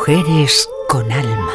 Mujeres con alma.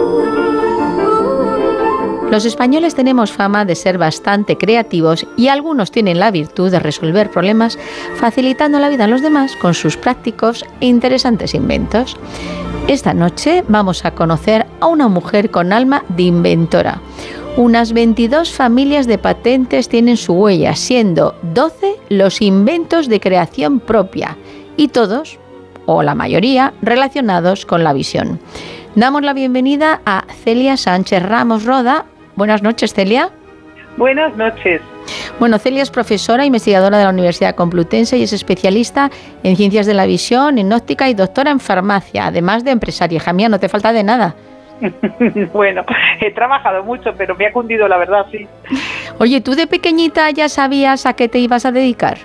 Los españoles tenemos fama de ser bastante creativos y algunos tienen la virtud de resolver problemas facilitando la vida a los demás con sus prácticos e interesantes inventos. Esta noche vamos a conocer a una mujer con alma de inventora. Unas 22 familias de patentes tienen su huella, siendo 12 los inventos de creación propia y todos, o la mayoría, relacionados con la visión. Damos la bienvenida a Celia Sánchez Ramos Roda. Buenas noches, Celia. Buenas noches. Bueno, Celia es profesora, investigadora de la Universidad Complutense y es especialista en ciencias de la visión, en óptica y doctora en farmacia, además de empresaria. Hija mía, no te falta de nada. Bueno, he trabajado mucho, pero me ha cundido, la verdad, sí. Oye, ¿tú de pequeñita ya sabías a qué te ibas a dedicar?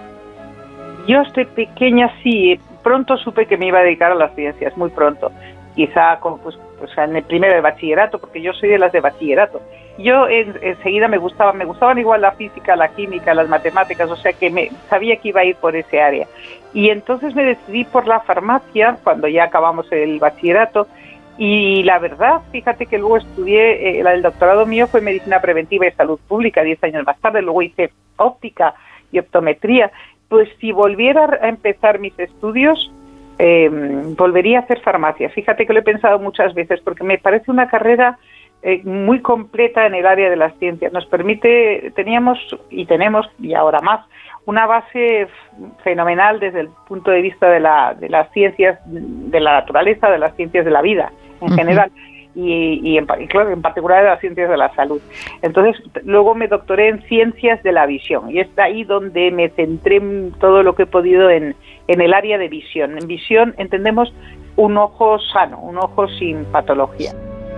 Yo de pequeña sí, pronto supe que me iba a dedicar a las ciencias, muy pronto. Quizá pues en el primero de bachillerato, porque yo soy de las de bachillerato. Yo enseguida me gustaban igual la física, la química, las matemáticas, o sea que sabía que iba a ir por ese área. Y entonces me decidí por la farmacia cuando ya acabamos el bachillerato. Y la verdad, fíjate que luego estudié, el doctorado mío fue medicina preventiva y salud pública 10 años más tarde, luego hice óptica y optometría. Pues si volviera a empezar mis estudios, volvería a hacer farmacia. Fíjate que lo he pensado muchas veces porque me parece una carrera muy completa en el área de las ciencias. Nos permite, teníamos y tenemos, y ahora más, una base fenomenal desde el punto de vista de las ciencias de la naturaleza, de las ciencias de la vida en general y en particular de las ciencias de la salud. Entonces, luego me doctoré en ciencias de la visión y es ahí donde me centré en todo lo que he podido en el área de visión. En visión entendemos un ojo sano, un ojo sin patología.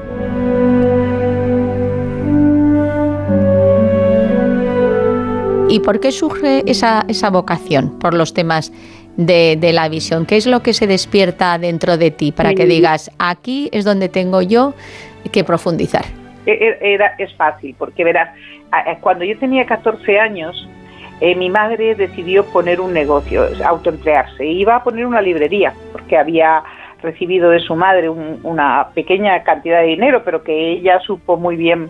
¿Y por qué surge esa vocación por los temas de la visión? ¿Qué es lo que se despierta dentro de ti para que digas, aquí es donde tengo yo que profundizar? Es fácil, porque verás, cuando yo tenía 14 años, mi madre decidió poner un negocio, autoemplearse. Iba a poner una librería, porque había recibido de su madre una pequeña cantidad de dinero, pero que ella supo muy bien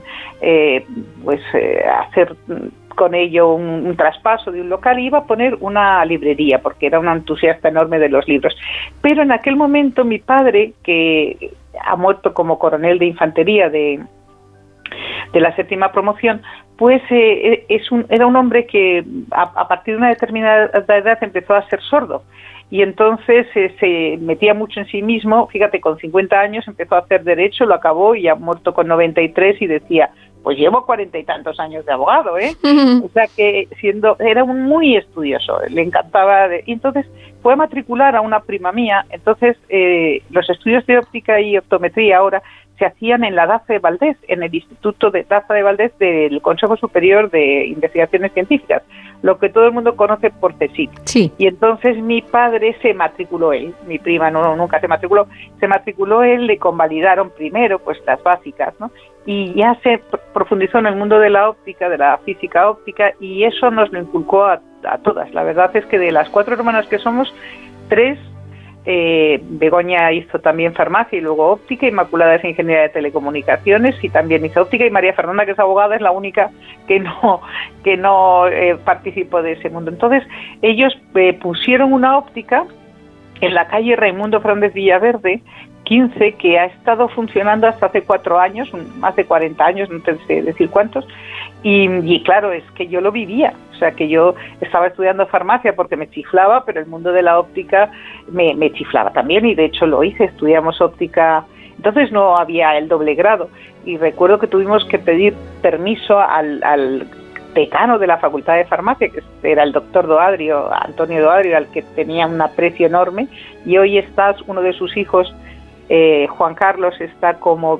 hacer con ello un traspaso de un local y iba a poner una librería porque era una entusiasta enorme de los libros. Pero en aquel momento mi padre, que ha muerto como coronel de infantería de la 7ª promoción, pues era un hombre que a partir de una determinada edad empezó a ser sordo. Y entonces se metía mucho en sí mismo. Fíjate, con 50 años empezó a hacer derecho, lo acabó y ha muerto con 93 y decía, pues llevo 40 y tantos años de abogado, ¿eh? O sea que era un muy estudioso, le encantaba. Y entonces fue a matricular a una prima mía. Entonces los estudios de óptica y optometría ahora se hacían en la Daza de Valdés, en el Instituto de Daza de Valdés del Consejo Superior de Investigaciones Científicas, lo que todo el mundo conoce por CSIC. Sí. Y entonces mi padre se matriculó él, mi prima nunca se matriculó él, le convalidaron primero pues las básicas, ¿no? Y ya se profundizó en el mundo de la óptica, de la física óptica, y eso nos lo inculcó a todas. La verdad es que de las 4 hermanas que somos, 3, Begoña hizo también farmacia y luego óptica, Inmaculada es ingeniería de telecomunicaciones y también hizo óptica, y María Fernanda, que es abogada, es la única que no participó de ese mundo. Entonces ellos pusieron una óptica en la calle Raimundo Fernández Villaverde 15, que ha estado funcionando hasta hace 4 años, más de 40 años, no te sé decir cuántos, y claro, es que yo lo vivía, o sea que yo estaba estudiando farmacia porque me chiflaba, pero el mundo de la óptica me chiflaba también, y de hecho lo hice, estudiamos óptica, entonces no había el doble grado, y recuerdo que tuvimos que pedir permiso al decano de la Facultad de Farmacia, que era el doctor Antonio Doadrio, al que tenía un aprecio enorme, y hoy uno de sus hijos, Juan Carlos, está como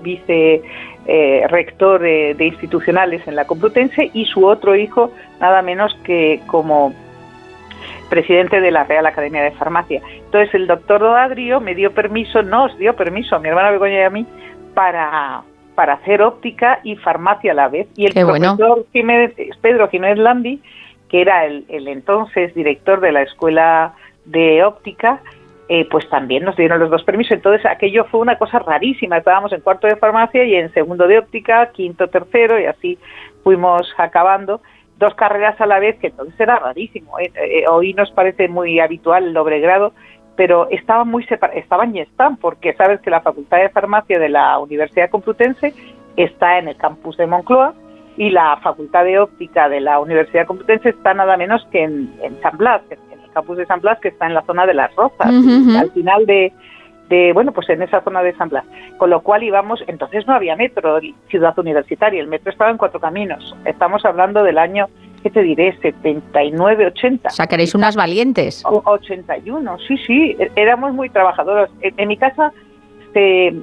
rector de institucionales en la Complutense, y su otro hijo nada menos que como presidente de la Real Academia de Farmacia. Entonces el doctor Doadrio nos dio permiso a mi hermana Begoña y a mí para hacer óptica y farmacia a la vez. Y el profesor Pedro Jiménez Landi, que era el entonces director de la Escuela de Óptica, pues también nos dieron los 2 permisos. Entonces aquello fue una cosa rarísima. Estábamos en cuarto de farmacia y en segundo de óptica, quinto, tercero, y así fuimos acabando 2 carreras a la vez, que entonces era rarísimo. Hoy nos parece muy habitual el doble grado, pero estaban y están, porque sabes que la Facultad de Farmacia de la Universidad Complutense está en el campus de Moncloa y la Facultad de Óptica de la Universidad Complutense está nada menos que en San Blas, en el campus de San Blas, que está en la zona de Las Rozas, al final de pues en esa zona de San Blas. Con lo cual íbamos, entonces no había metro, Ciudad Universitaria, el metro estaba en 4 Caminos. Estamos hablando del año, ¿qué te diré? 79, 80. O sea, que erais unas valientes. 81, sí, éramos muy trabajadoras. En mi casa de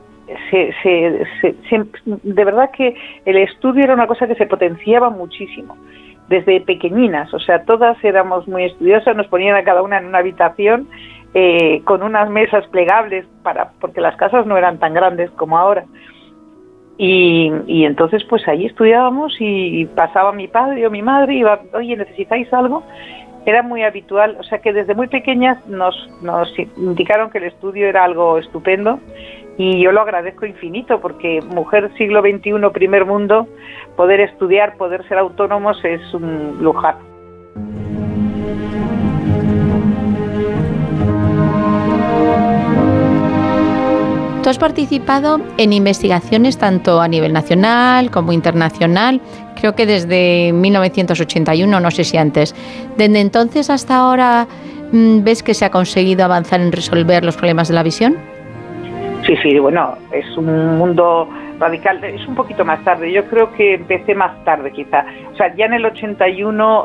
verdad que el estudio era una cosa que se potenciaba muchísimo desde pequeñinas, o sea, todas éramos muy estudiosas, nos ponían a cada una en una habitación con unas mesas plegables porque las casas no eran tan grandes como ahora, y entonces pues ahí estudiábamos y pasaba mi padre o mi madre y iba, oye, ¿necesitáis algo? Era muy habitual, o sea que desde muy pequeñas nos indicaron que el estudio era algo estupendo, y yo lo agradezco infinito, porque mujer siglo XXI, primer mundo, poder estudiar, poder ser autónomos es un lujar. Tú has participado en investigaciones tanto a nivel nacional como internacional, creo que desde 1981, no sé si antes. ¿Desde entonces hasta ahora ves que se ha conseguido avanzar en resolver los problemas de la visión? Sí, bueno, es un mundo radical, es un poquito más tarde, yo creo que empecé más tarde quizá, o sea, ya en el 81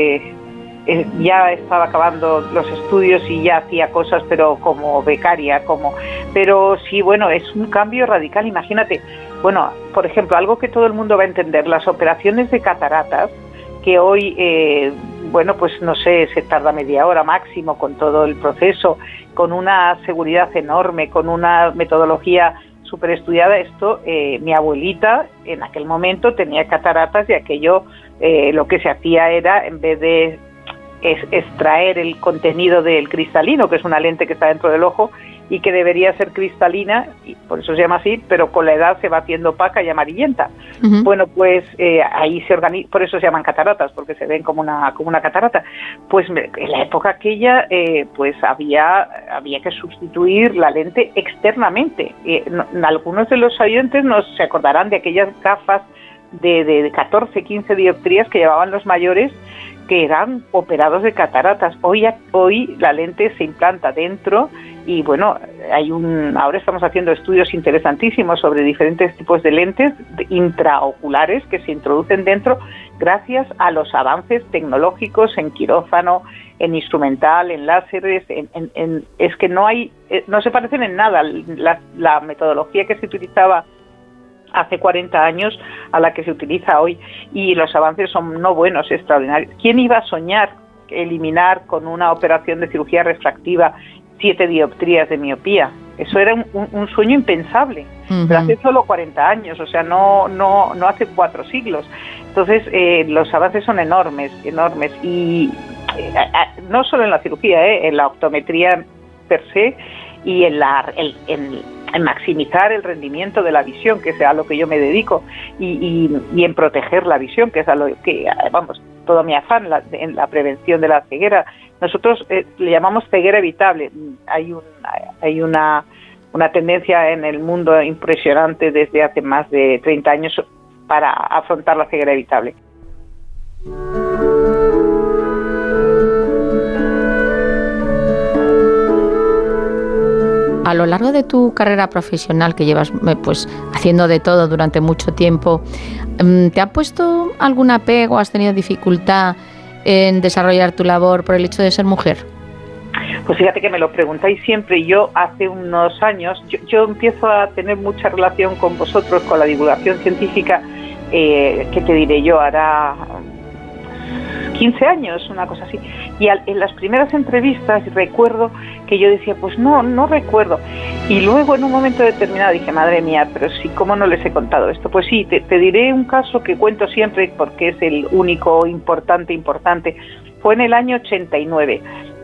ya estaba acabando los estudios y ya hacía cosas, pero como becaria, pero sí, bueno, es un cambio radical, imagínate, bueno, por ejemplo, algo que todo el mundo va a entender, las operaciones de cataratas, que hoy, bueno, pues no sé, se tarda media hora máximo con todo el proceso, con una seguridad enorme, con una metodología súper estudiada. Esto, mi abuelita en aquel momento tenía cataratas y aquello, lo que se hacía era, en vez de extraer el contenido del cristalino, que es una lente que está dentro del ojo y que debería ser cristalina, y por eso se llama así, pero con la edad se va haciendo opaca y amarillenta. Uh-huh. Bueno, pues ahí se organiza, por eso se llaman cataratas, porque se ven como una catarata. Pues en la época aquella, pues había que sustituir la lente externamente. Algunos de los oyentes se acordarán de aquellas gafas de 14, 15 dioptrías que llevaban los mayores, que eran operados de cataratas. Hoy la lente se implanta dentro y bueno, ahora estamos haciendo estudios interesantísimos sobre diferentes tipos de lentes intraoculares que se introducen dentro gracias a los avances tecnológicos en quirófano, en instrumental, en láseres, es que no se parecen en nada la metodología que se utilizaba hace 40 años a la que se utiliza hoy, y los avances son no buenos, extraordinarios. ¿Quién iba a soñar eliminar con una operación de cirugía refractiva 7 dioptrías de miopía? Eso era un sueño impensable, uh-huh. Pero hace solo 40 años, o sea, no hace 4 siglos. Entonces, los avances son enormes, y no solo en la cirugía, en la optometría per se, y en maximizar el rendimiento de la visión, que es a lo que yo me dedico, y en proteger la visión, que es a lo que, vamos, todo mi afán en la prevención de la ceguera. Nosotros le llamamos ceguera evitable. Hay una tendencia en el mundo impresionante desde hace más de 30 años para afrontar la ceguera evitable. A lo largo de tu carrera profesional, que llevas pues haciendo de todo durante mucho tiempo, ¿te ha puesto algún apego? ¿Has tenido dificultad en desarrollar tu labor por el hecho de ser mujer? Pues fíjate que me lo preguntáis siempre, y yo hace unos años, yo empiezo a tener mucha relación con vosotros, con la divulgación científica, ¿qué te diré yo? Hará 15 años, una cosa así, y en las primeras entrevistas recuerdo que yo decía, pues no recuerdo, y luego en un momento determinado dije, madre mía, pero sí, ¿cómo no les he contado esto? Pues sí, te diré un caso que cuento siempre porque es el único importante, fue en el año 89,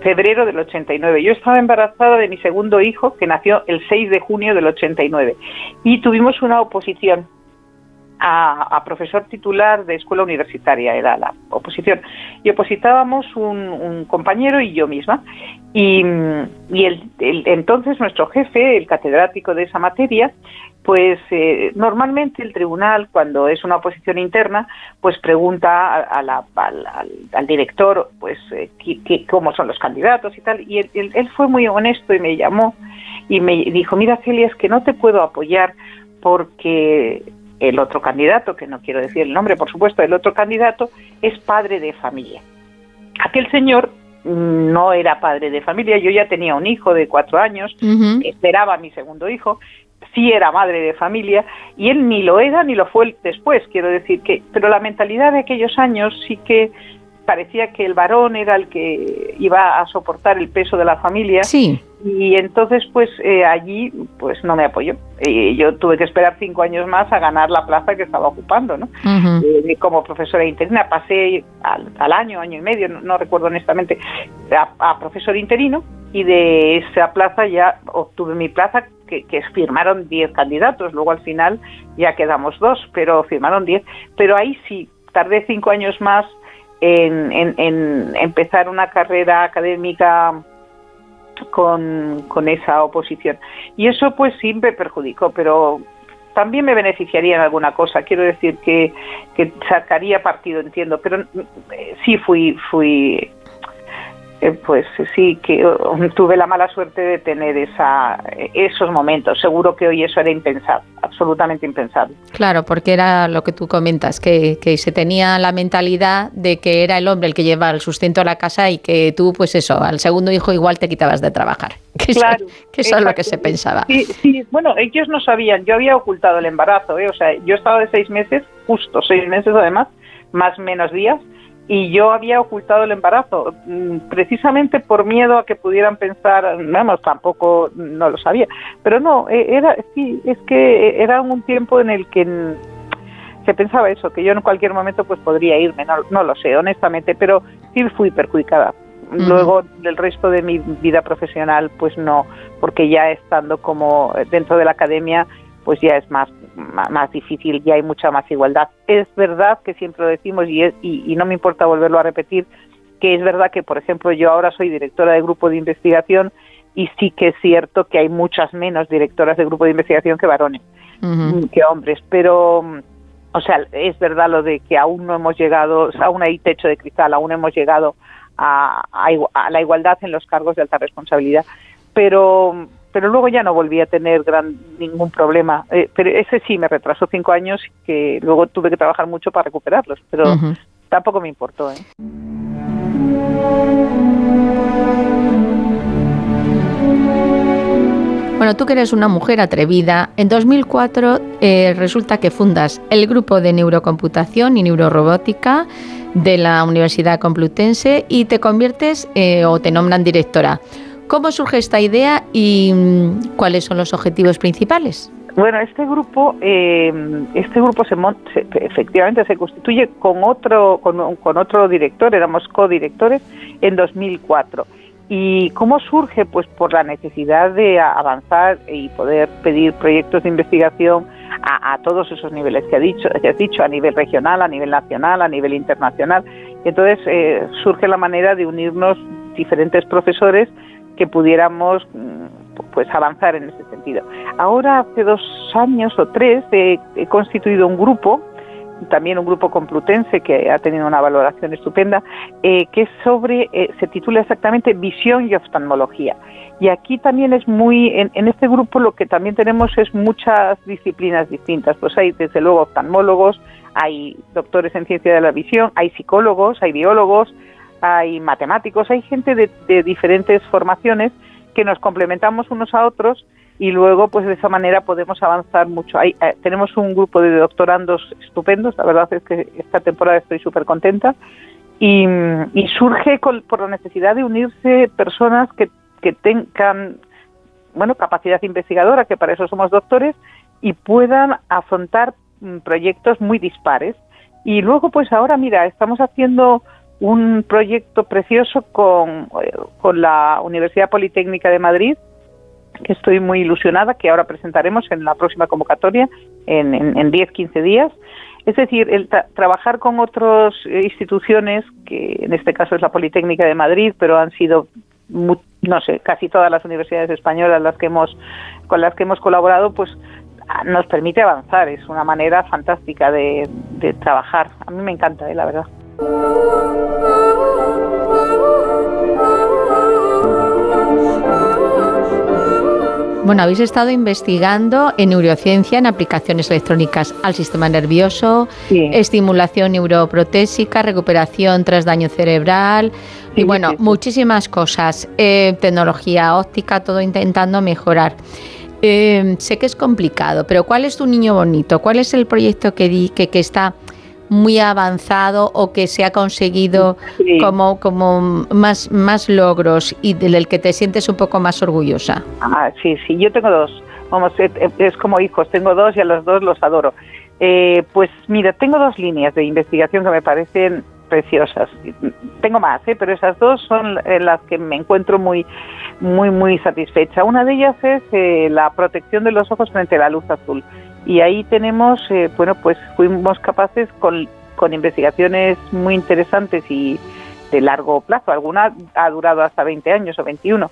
febrero del 89. Yo estaba embarazada de mi segundo hijo, que nació el 6 de junio del 89, y tuvimos una oposición a profesor titular de escuela universitaria, era la oposición, y opositábamos un compañero y yo misma, y entonces nuestro jefe, el catedrático de esa materia, pues normalmente el tribunal, cuando es una oposición interna, pues pregunta al director pues cómo son los candidatos y tal, y él fue muy honesto y me llamó y me dijo: mira, Celia, es que no te puedo apoyar porque el otro candidato, que no quiero decir el nombre, por supuesto, el otro candidato es padre de familia. Aquel señor no era padre de familia, yo ya tenía un hijo de 4 años, esperaba a mi segundo hijo, sí era madre de familia, y él ni lo era ni lo fue después, quiero decir que, pero la mentalidad de aquellos años sí que parecía que el varón era el que iba a soportar el peso de la familia. Sí. Y entonces pues allí pues no me apoyó. Yo tuve que esperar 5 años más a ganar la plaza que estaba ocupando, ¿no? Como profesora interina pasé al año y medio, no recuerdo honestamente, a profesor interino, y de esa plaza ya obtuve mi plaza, que firmaron 10 candidatos, luego al final ya quedamos 2, pero firmaron 10. Pero ahí sí, tardé 5 años más en empezar una carrera académica con esa oposición, y eso pues sí me perjudicó, pero también me beneficiaría en alguna cosa, quiero decir que sacaría partido, entiendo, pero sí fui pues sí que tuve la mala suerte de tener esos momentos. Seguro que hoy eso era impensable, absolutamente impensable. Claro, porque era lo que tú comentas, que se tenía la mentalidad de que era el hombre el que lleva el sustento a la casa y que tú, pues eso, al segundo hijo igual te quitabas de trabajar. Claro, eso es lo que se pensaba. Sí, bueno, ellos no sabían, yo había ocultado el embarazo, o sea, yo estaba de 6 meses, justo 6 meses además, más menos días, y yo había ocultado el embarazo, precisamente por miedo a que pudieran pensar, vamos, tampoco no lo sabía, pero no, es que era un tiempo en el que se pensaba eso, que yo en cualquier momento pues podría irme, no lo sé, honestamente, pero sí fui perjudicada. Luego del resto de mi vida profesional pues no, porque ya estando como dentro de la academia pues ya es más difícil, ya hay mucha más igualdad. Es verdad que siempre lo decimos y no me importa volverlo a repetir, que es verdad que, por ejemplo, yo ahora soy directora de grupo de investigación y sí que es cierto que hay muchas menos directoras de grupo de investigación que varones, que hombres, pero, o sea, es verdad lo de que aún no hemos llegado, aún hay techo de cristal, aún hemos llegado a la igualdad en los cargos de alta responsabilidad, pero luego ya no volví a tener ningún problema. Pero ese sí me retrasó 5 años, que luego tuve que trabajar mucho para recuperarlos, pero tampoco me importó. Bueno, tú que eres una mujer atrevida, en 2004 resulta que fundas el grupo de neurocomputación y neurorobótica de la Universidad Complutense y te conviertes o te nombran directora. ¿Cómo surge esta idea y cuáles son los objetivos principales? Bueno, este grupo efectivamente se constituye con otro director, éramos codirectores en 2004. ¿Y cómo surge? Pues por la necesidad de avanzar y poder pedir proyectos de investigación a todos esos niveles que has dicho, a nivel regional, a nivel nacional, a nivel internacional. Y entonces surge la manera de unirnos diferentes profesores que pudiéramos pues avanzar en ese sentido. Ahora, hace 2 años o 3, he constituido un grupo, también un grupo complutense que ha tenido una valoración estupenda, que es se titula exactamente Visión y Oftalmología. Y aquí también es en este grupo lo que también tenemos es muchas disciplinas distintas. Pues hay desde luego oftalmólogos, hay doctores en ciencia de la visión, hay psicólogos, hay biólogos, hay matemáticos, hay gente de diferentes formaciones que nos complementamos unos a otros y luego pues de esa manera podemos avanzar mucho. Tenemos un grupo de doctorandos estupendos, la verdad es que esta temporada estoy súper contenta y surge por la necesidad de unirse personas que tengan capacidad investigadora, que para eso somos doctores, y puedan afrontar proyectos muy dispares. Y luego pues ahora mira, estamos haciendo un proyecto precioso con la Universidad Politécnica de Madrid, que estoy muy ilusionada, que ahora presentaremos en la próxima convocatoria en 10-15 días. Es decir, trabajar con otras instituciones, que en este caso es la Politécnica de Madrid, pero han sido, no sé, casi todas las universidades españolas con las que hemos colaborado, pues nos permite avanzar. Es una manera fantástica de trabajar. A mí me encanta, la verdad. Bueno, habéis estado investigando en neurociencia, en aplicaciones electrónicas al sistema nervioso, sí, estimulación neuroprotésica, recuperación tras daño cerebral, sí, y bueno, sí, muchísimas cosas, tecnología óptica, todo intentando mejorar. Sé que es complicado, pero ¿cuál es tu niño bonito? ¿Cuál es el proyecto que está muy avanzado o que se ha conseguido, sí, como más logros y del que te sientes un poco más orgullosa? Sí, yo tengo dos. Vamos, es como hijos, tengo dos y a los dos los adoro. Pues mira, tengo dos líneas de investigación que me parecen preciosas. Tengo más, pero esas dos son las que me encuentro muy satisfecha. Una de ellas es la protección de los ojos frente a la luz azul. Y ahí tenemos, pues fuimos capaces con investigaciones muy interesantes y de largo plazo, alguna ha durado hasta 20 años o 21,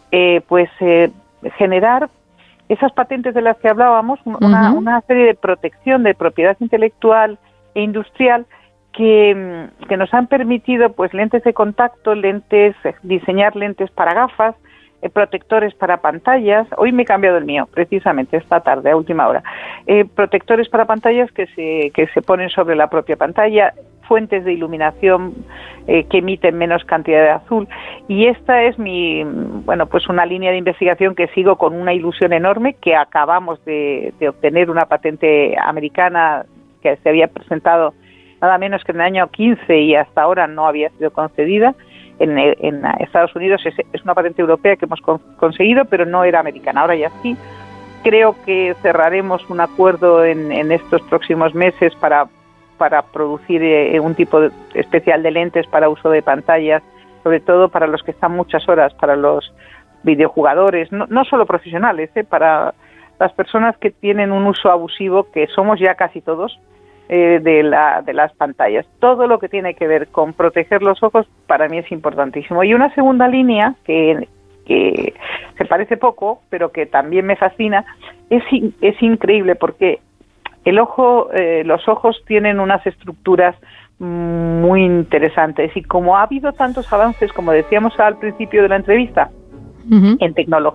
generar esas patentes de las que hablábamos, una serie de protección de propiedad intelectual e industrial que nos han permitido pues lentes de contacto, diseñar lentes para gafas, protectores para pantallas. Hoy me he cambiado el mío, precisamente esta tarde, a última hora. Protectores para pantallas que se ponen sobre la propia pantalla, fuentes de iluminación que emiten menos cantidad de azul. Y esta es una línea de investigación que sigo con una ilusión enorme, que acabamos de obtener una patente americana que se había presentado nada menos que en el año 15 y hasta ahora no había sido concedida. En Estados Unidos es una patente europea que hemos conseguido, pero no era americana. Ahora ya sí. Creo que cerraremos un acuerdo en estos próximos meses para producir un tipo especial de lentes para uso de pantallas, sobre todo para los que están muchas horas, para los videojugadores, no solo profesionales, para las personas que tienen un uso abusivo, que somos ya casi todos, de las pantallas. Todo lo que tiene que ver con proteger los ojos para mí es importantísimo. Y una segunda línea que se parece poco, pero que también me fascina, es increíble porque los ojos tienen unas estructuras muy interesantes, y como ha habido tantos avances, como decíamos al principio de la entrevista, en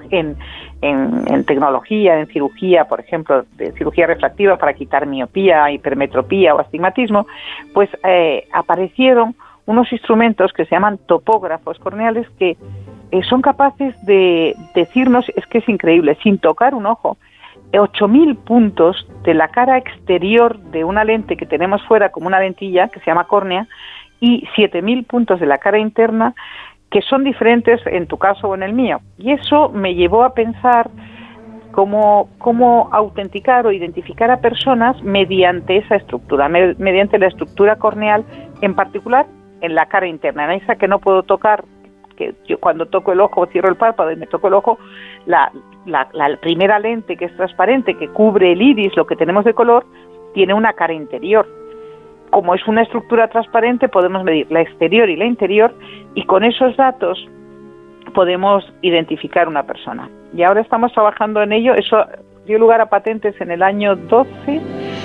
tecnología, en cirugía, por ejemplo, de cirugía refractiva para quitar miopía, hipermetropía o astigmatismo, pues aparecieron unos instrumentos que se llaman topógrafos corneales que son capaces de decirnos, es que es increíble, sin tocar un ojo, 8.000 puntos de la cara exterior de una lente que tenemos fuera como una lentilla, que se llama córnea, y 7.000 puntos de la cara interna, que son diferentes en tu caso o en el mío. Y eso me llevó a pensar cómo autenticar o identificar a personas mediante esa estructura, mediante la estructura corneal, en particular en la cara interna, en esa que no puedo tocar, que yo cuando toco el ojo, cierro el párpado y me toco el ojo, la primera lente, que es transparente, que cubre el iris, lo que tenemos de color, tiene una cara interior. Como es una estructura transparente, podemos medir la exterior y la interior, y con esos datos podemos identificar una persona. Y ahora estamos trabajando en ello. Eso dio lugar a patentes en el año 12,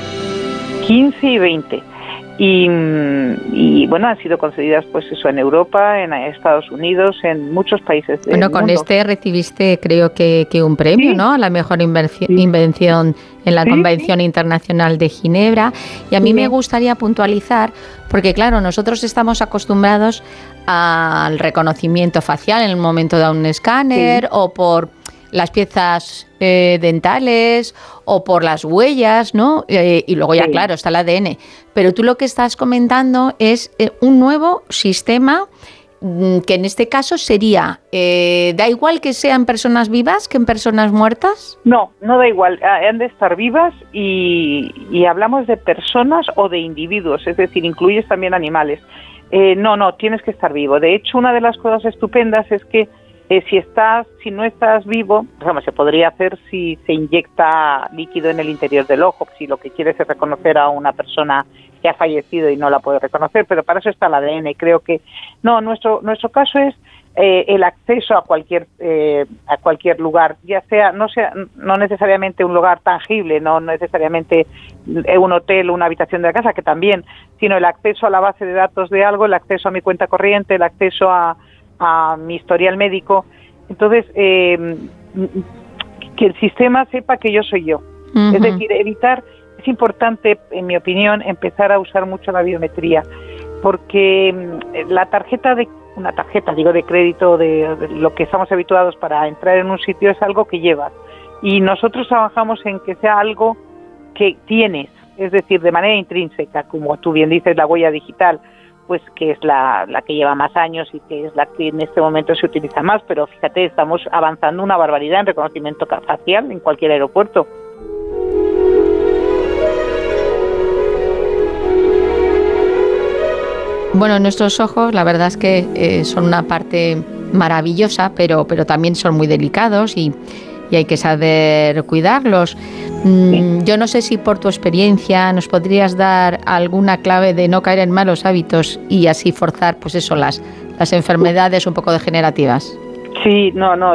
15 y 20. Y bueno, han sido concedidas pues eso en Europa, en Estados Unidos, en muchos países del mundo. Bueno, con recibiste creo que un premio, ¿sí?, ¿no?, a la mejor invención en la Convención Internacional de Ginebra. Y a mí me gustaría puntualizar, porque claro, nosotros estamos acostumbrados al reconocimiento facial en el momento de un escáner, o por las piezas dentales, o por las huellas, ¿no? Y luego ya, claro, está el ADN. Pero tú lo que estás comentando es un nuevo sistema que en este caso sería, ¿da igual que sean personas vivas que en personas muertas? No da igual, han de estar vivas, y hablamos de personas o de individuos, es decir, incluyes también animales. No, tienes que estar vivo. De hecho, una de las cosas estupendas es que si no estás vivo, se podría hacer si se inyecta líquido en el interior del ojo, si lo que quieres es reconocer a una persona que ha fallecido y no la puede reconocer, pero para eso está el ADN. Creo que no, nuestro caso es el acceso a cualquier lugar, ya sea no necesariamente un lugar tangible, no necesariamente un hotel o una habitación de la casa, que también, sino el acceso a la base de datos de algo, el acceso a mi cuenta corriente, el acceso a mi historial médico. Entonces, que el sistema sepa que yo soy yo. Uh-huh. Es decir, es importante, en mi opinión, empezar a usar mucho la biometría, porque una tarjeta de crédito, de lo que estamos habituados para entrar en un sitio, es algo que llevas. Y nosotros trabajamos en que sea algo que tienes, es decir, de manera intrínseca, como tú bien dices, la huella digital, pues que es la que lleva más años y que es la que en este momento se utiliza más, pero fíjate, estamos avanzando una barbaridad en reconocimiento facial en cualquier aeropuerto. Bueno, nuestros ojos, la verdad es que son una parte maravillosa, pero también son muy delicados y hay que saber cuidarlos. Yo no sé si por tu experiencia nos podrías dar alguna clave de no caer en malos hábitos y así forzar, pues eso, las enfermedades un poco degenerativas. Sí,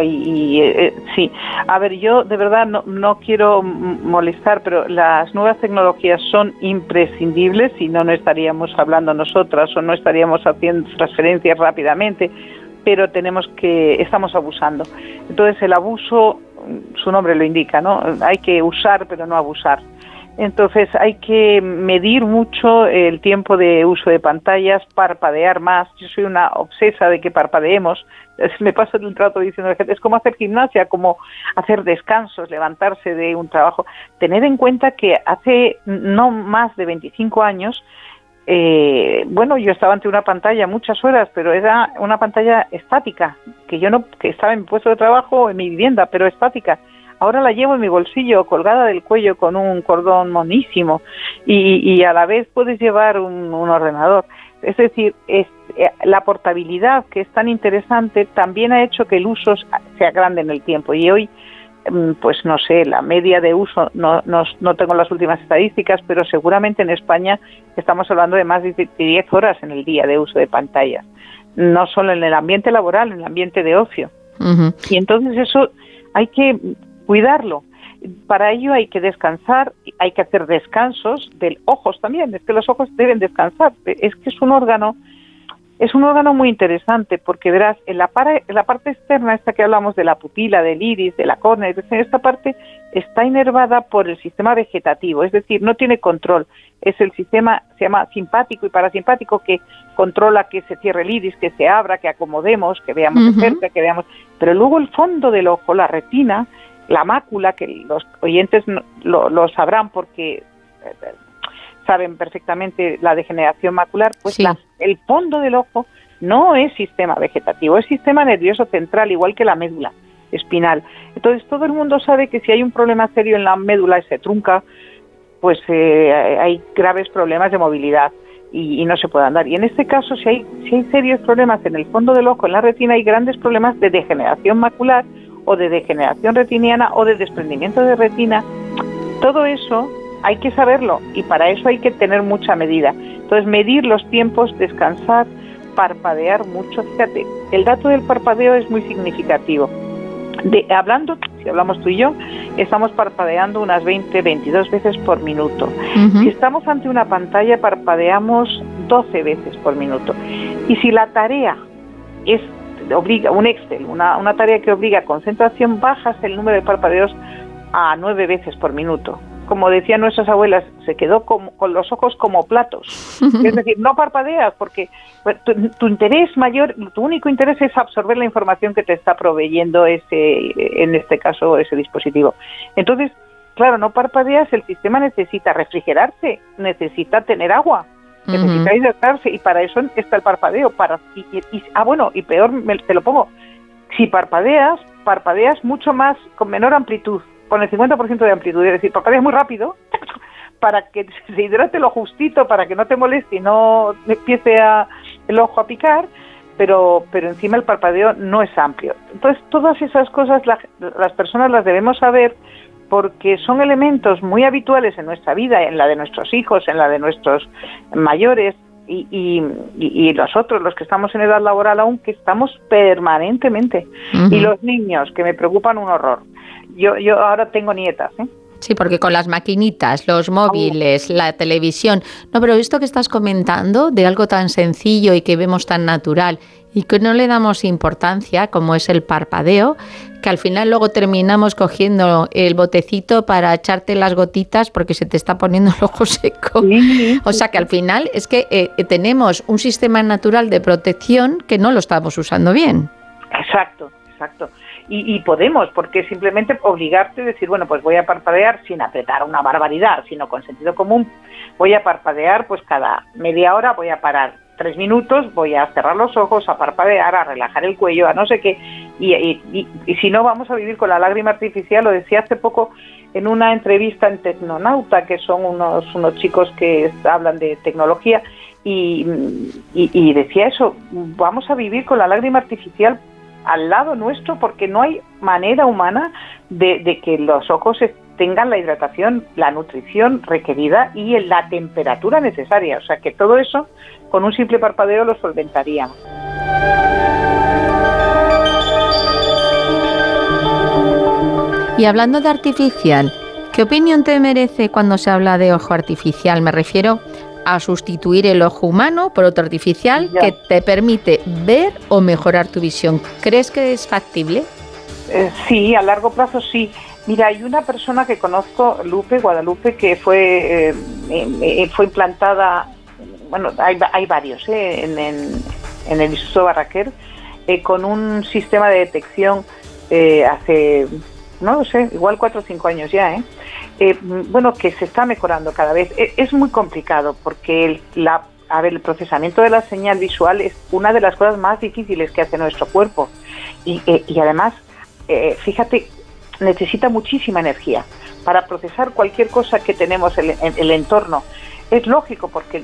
sí. A ver, yo de verdad no quiero molestar, pero las nuevas tecnologías son imprescindibles, si no estaríamos hablando nosotras o no estaríamos haciendo transferencias rápidamente, pero estamos abusando. Entonces el abuso, su nombre lo indica, ¿no? Hay que usar pero no abusar. Entonces hay que medir mucho el tiempo de uso de pantallas, parpadear más. Yo soy una obsesa de que parpadeemos. Me paso el rato diciendo a la gente, es como hacer gimnasia, como hacer descansos, levantarse de un trabajo. Tener en cuenta que hace no más de 25 años, yo estaba ante una pantalla muchas horas, pero era una pantalla estática, que estaba en mi puesto de trabajo, en mi vivienda, pero estática. Ahora la llevo en mi bolsillo, colgada del cuello con un cordón monísimo, y a la vez puedes llevar un ordenador. Es decir, la portabilidad, que es tan interesante, también ha hecho que el uso sea grande en el tiempo. Y hoy, pues no sé, la media de uso, no tengo las últimas estadísticas, pero seguramente en España estamos hablando de más de 10 horas en el día de uso de pantallas. No solo en el ambiente laboral, en el ambiente de ocio. Uh-huh. Y entonces eso hay que cuidarlo. Para ello hay que descansar, hay que hacer descansos de ojos también. Es que los ojos deben descansar. Es que es un órgano muy interesante, porque verás, en la parte externa, esta que hablamos de la pupila, del iris, de la córnea, esta parte está inervada por el sistema vegetativo, es decir, no tiene control. Es el sistema, se llama simpático y parasimpático, que controla que se cierre el iris, que se abra, que acomodemos, que veamos de cerca, que veamos. Pero luego el fondo del ojo, la retina, la mácula, que los oyentes lo sabrán porque saben perfectamente la degeneración macular, pues sí. El fondo del ojo no es sistema vegetativo, es sistema nervioso central, igual que la médula espinal. Entonces todo el mundo sabe que si hay un problema serio en la médula y se trunca, pues hay graves problemas de movilidad y no se puede andar. Y en este caso, si hay serios problemas en el fondo del ojo, en la retina, hay grandes problemas de degeneración macular o de degeneración retiniana o de desprendimiento de retina. Todo eso hay que saberlo y para eso hay que tener mucha medida. Entonces, medir los tiempos, descansar, parpadear mucho. Fíjate, el dato del parpadeo es muy significativo. Si hablamos tú y yo, estamos parpadeando unas 22 veces por minuto. Uh-huh. Si estamos ante una pantalla, parpadeamos 12 veces por minuto. Y si la tarea obliga un Excel, una tarea que obliga concentración, bajas el número de parpadeos a 9 veces por minuto. Como decían nuestras abuelas, se quedó con los ojos como platos. Es decir, no parpadeas porque tu interés mayor, tu único interés es absorber la información que te está proveyendo en este caso, ese dispositivo. Entonces, claro, no parpadeas, el sistema necesita refrigerarse, necesita tener agua, necesita hidratarse, y para eso está el parpadeo. Y peor, te lo pongo, si parpadeas mucho más, con menor amplitud, con el 50% de amplitud, es decir, parpadeas muy rápido para que se hidrate lo justito, para que no te moleste y no empiece a el ojo a picar, pero encima el parpadeo no es amplio. Entonces, todas esas cosas las personas las debemos saber, porque son elementos muy habituales en nuestra vida, en la de nuestros hijos, en la de nuestros mayores, y nosotros, los que estamos en edad laboral aún, que estamos permanentemente. Uh-huh. Y los niños, que me preocupan un horror. Yo ahora tengo nietas, ¿eh? Sí, porque con las maquinitas, los móviles, la televisión... No, pero esto que estás comentando, de algo tan sencillo y que vemos tan natural y que no le damos importancia, como es el parpadeo, que al final luego terminamos cogiendo el botecito para echarte las gotitas porque se te está poniendo el ojo seco. Sí. O sea que al final es que tenemos un sistema natural de protección que no lo estamos usando bien. Exacto. Y podemos, porque simplemente obligarte a decir, bueno, pues voy a parpadear sin apretar una barbaridad, sino con sentido común. Voy a parpadear, pues cada media hora voy a parar 3 minutos, voy a cerrar los ojos, a parpadear, a relajar el cuello, a no sé qué. Y si no, vamos a vivir con la lágrima artificial. Lo decía hace poco en una entrevista en Tecnonauta, que son unos chicos que hablan de tecnología, y decía eso, vamos a vivir con la lágrima artificial al lado nuestro, porque no hay manera humana de que los ojos tengan la hidratación, la nutrición requerida y la temperatura necesaria. O sea que todo eso, con un simple parpadeo, lo solventaríamos. Y hablando de artificial, ¿qué opinión te merece cuando se habla de ojo artificial? Me refiero a sustituir el ojo humano por otro artificial que te permite ver o mejorar tu visión. ¿Crees que es factible? Sí, a largo plazo sí. Mira, hay una persona que conozco, Guadalupe, que fue implantada, bueno, hay varios en el Instituto Barraquer, con un sistema de detección hace, no lo sé, igual 4 o 5 años ya, bueno, que se está mejorando cada vez. Es muy complicado porque el procesamiento de la señal visual es una de las cosas más difíciles que hace nuestro cuerpo y además, fíjate, necesita muchísima energía para procesar cualquier cosa que tenemos en el entorno. Es lógico porque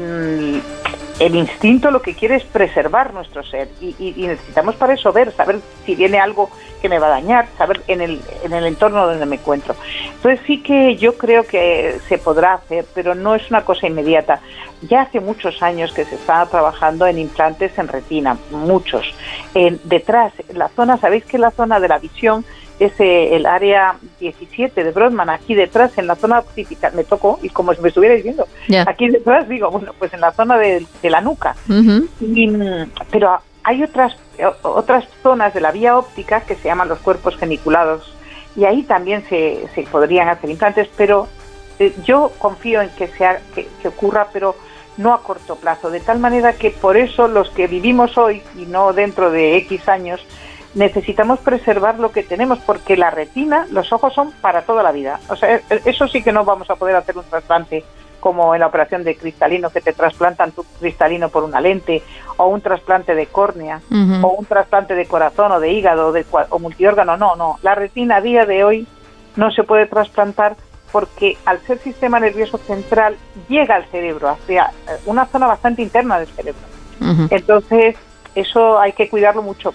el instinto lo que quiere es preservar nuestro ser y necesitamos para eso saber si viene algo que me va a dañar, saber en el entorno donde me encuentro. Entonces sí que yo creo que se podrá hacer, pero no es una cosa inmediata. Ya hace muchos años que se está trabajando en implantes en retina, muchos. Detrás, la zona, sabéis que la zona de la visión es el área 17 de Brodmann, aquí detrás, en la zona occipital, me tocó, y como si me estuvierais viendo, aquí detrás, digo, bueno, pues en la zona de la nuca. Uh-huh. Pero hay otras zonas de la vía óptica que se llaman los cuerpos geniculados, y ahí también se podrían hacer implantes, pero yo confío en que ocurra, pero no a corto plazo, de tal manera que por eso los que vivimos hoy, y no dentro de X años, necesitamos preservar lo que tenemos, porque la retina, los ojos son para toda la vida. O sea, eso sí que no vamos a poder hacer un trasplante como en la operación de cristalino, que te trasplantan tu cristalino por una lente, o un trasplante de córnea, uh-huh, o un trasplante de corazón o de hígado o multiórgano. No, la retina a día de hoy no se puede trasplantar porque al ser sistema nervioso central llega al cerebro, hacia una zona bastante interna del cerebro. Uh-huh. Entonces, eso hay que cuidarlo mucho.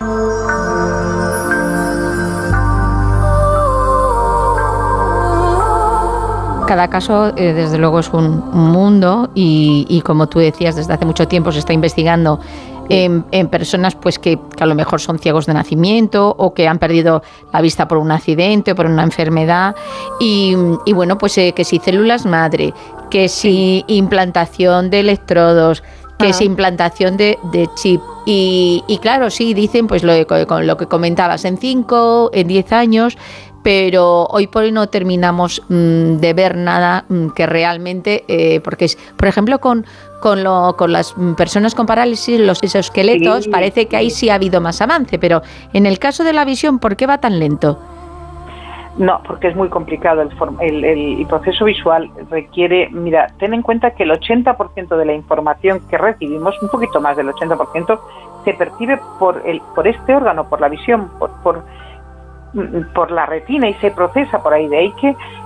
Cada caso, desde luego, es un mundo y como tú decías, desde hace mucho tiempo se está investigando en personas pues que a lo mejor son ciegos de nacimiento o que han perdido la vista por un accidente o por una enfermedad y bueno, pues que si células madre, que si implantación de electrodos, que es implantación de chip. Y claro, sí, dicen pues lo que comentabas, en 5, en 10 años, pero hoy por hoy no terminamos de ver nada que realmente, porque es, por ejemplo, con las personas con parálisis, los exoesqueletos, sí, parece que ahí sí ha habido más avance, pero en el caso de la visión, ¿por qué va tan lento? No, porque es muy complicado. El proceso visual requiere, mira, ten en cuenta que el 80% de la información que recibimos, un poquito más del 80%, se percibe por este órgano, por la visión, por la retina, y se procesa por ahí. De ahí que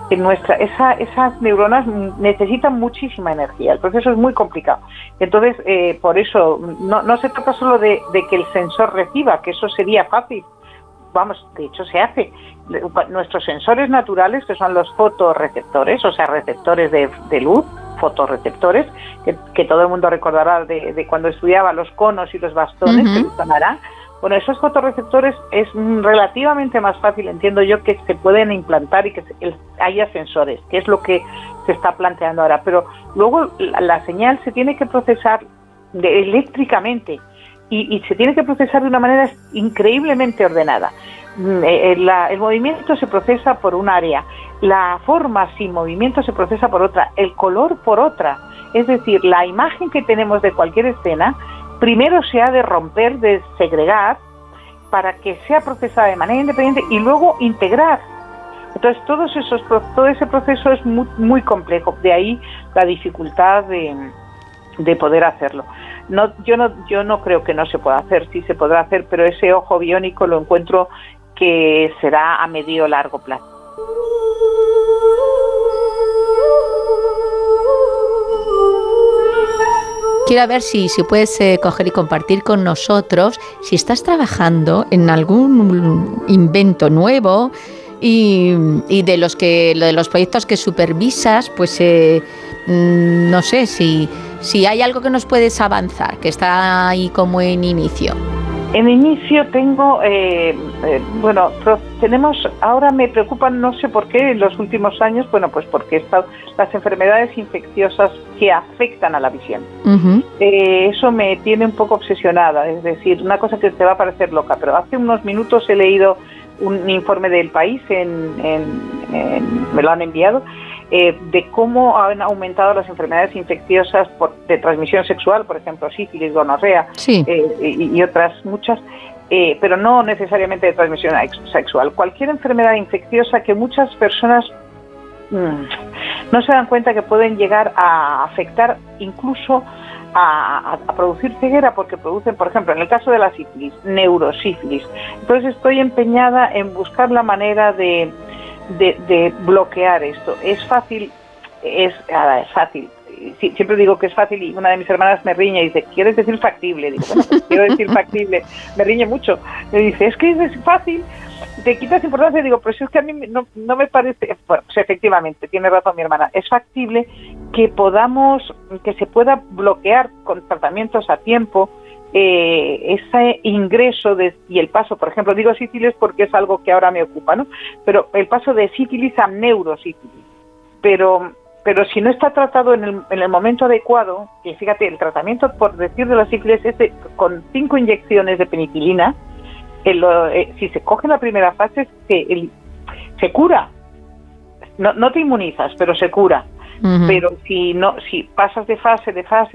esas neuronas necesitan muchísima energía. El proceso es muy complicado. Entonces, por eso, no se trata solo de que el sensor reciba, que eso sería fácil. Vamos, de hecho se hace. Nuestros sensores naturales, que son los fotorreceptores, o sea, receptores de luz, fotorreceptores, que todo el mundo recordará de cuando estudiaba los conos y los bastones, que les sonará. Bueno, esos fotorreceptores es relativamente más fácil, entiendo yo, que se pueden implantar y que haya sensores, que es lo que se está planteando ahora. Pero luego la señal se tiene que procesar eléctricamente y se tiene que procesar de una manera increíblemente ordenada. El movimiento se procesa por un área, la forma sin movimiento se procesa por otra, el color por otra. Es decir, la imagen que tenemos de cualquier escena primero se ha de romper, de segregar, para que sea procesada de manera independiente y luego integrar. Entonces todo ese proceso es muy, muy complejo, de ahí la dificultad de poder hacerlo. Yo no creo que no se pueda hacer, sí se podrá hacer, pero ese ojo biónico lo encuentro que será a medio o largo plazo. Quiero ver si puedes coger y compartir con nosotros si estás trabajando en algún invento nuevo y de los proyectos que supervisas, pues no sé si hay algo que nos puedes avanzar, que está ahí como en inicio. En inicio tengo, tenemos, ahora me preocupan, no sé por qué, en los últimos años, pues porque las enfermedades infecciosas que afectan a la visión. Uh-huh. Eso me tiene un poco obsesionada, es decir, una cosa que te va a parecer loca, pero hace unos minutos he leído un informe del País, me lo han enviado, de cómo han aumentado las enfermedades infecciosas de transmisión sexual, por ejemplo, sífilis, gonorrea, sí. Y otras muchas, pero no necesariamente de transmisión sexual. Cualquier enfermedad infecciosa que muchas personas no se dan cuenta que pueden llegar a afectar incluso a producir ceguera, porque producen, por ejemplo, en el caso de la sífilis, neurosífilis. Entonces estoy empeñada en buscar la manera de bloquear esto. Es fácil. Sí, siempre digo que es fácil y una de mis hermanas me riñe y dice, ¿quieres decir factible? Digo, bueno, pues quiero decir factible. Me riñe mucho. Me dice, es que es fácil, te quitas importancia. Digo, pero si es que a mí no me parece. Bueno, pues efectivamente, tiene razón mi hermana. Es factible que se pueda bloquear con tratamientos a tiempo ese ingreso y el paso, por ejemplo, digo sífilis porque es algo que ahora me ocupa, ¿no? Pero el paso de sífilis a neurosífilis. Pero si no está tratado en el momento adecuado, que fíjate, el tratamiento, por decir de la sífilis, es con 5 inyecciones de penicilina, si se coge en la primera fase, se cura. No te inmunizas, pero se cura. Uh-huh. Pero si pasas de fase,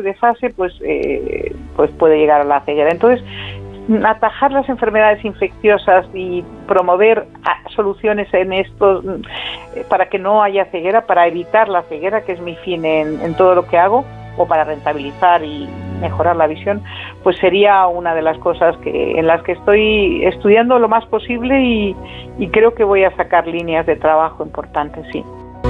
pues puede llegar a la ceguera. Entonces, atajar las enfermedades infecciosas y promover soluciones en esto para que no haya ceguera, para evitar la ceguera, que es mi fin en todo lo que hago, o para rentabilizar y mejorar la visión, pues sería una de las cosas en las que estoy estudiando lo más posible y creo que voy a sacar líneas de trabajo importantes, sí.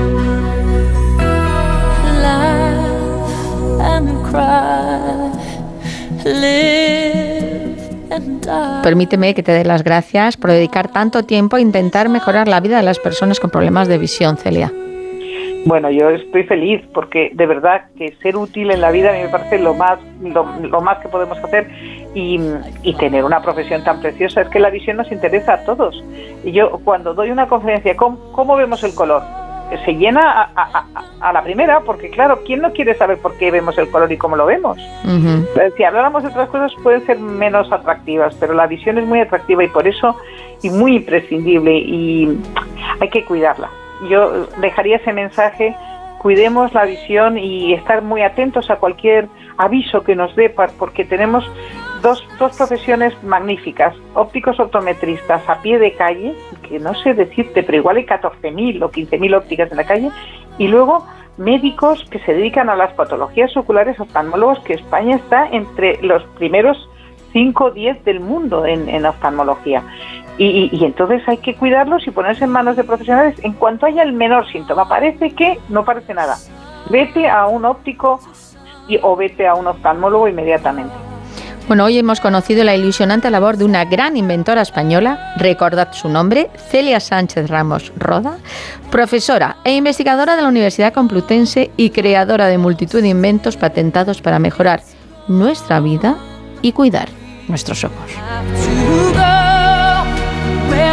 Permíteme que te dé las gracias por dedicar tanto tiempo a intentar mejorar la vida de las personas con problemas de visión, Celia. Bueno, yo estoy feliz porque de verdad que ser útil en la vida a mí me parece lo más que podemos hacer y tener una profesión tan preciosa. Es que la visión nos interesa a todos. Y yo cuando doy una conferencia, ¿cómo vemos el color? Se llena a la primera, porque claro, ¿quién no quiere saber por qué vemos el color y cómo lo vemos? Uh-huh. Si habláramos de otras cosas pueden ser menos atractivas, pero la visión es muy atractiva y por eso, y muy imprescindible, y hay que cuidarla. Yo dejaría ese mensaje: cuidemos la visión y estar muy atentos a cualquier aviso que nos dé, porque tenemos dos profesiones magníficas: ópticos optometristas a pie de calle, que no sé decirte, pero igual hay 14.000 o 15.000 ópticas en la calle, y luego médicos que se dedican a las patologías oculares, oftalmólogos, que España está entre los primeros 5 o 10 del mundo en oftalmología. Y entonces hay que cuidarlos y ponerse en manos de profesionales en cuanto haya el menor síntoma. Parece que no parece nada. Vete a un óptico o vete a un oftalmólogo inmediatamente. Bueno, hoy hemos conocido la ilusionante labor de una gran inventora española, recordad su nombre, Celia Sánchez Ramos Roda, profesora e investigadora de la Universidad Complutense y creadora de multitud de inventos patentados para mejorar nuestra vida y cuidar nuestros ojos.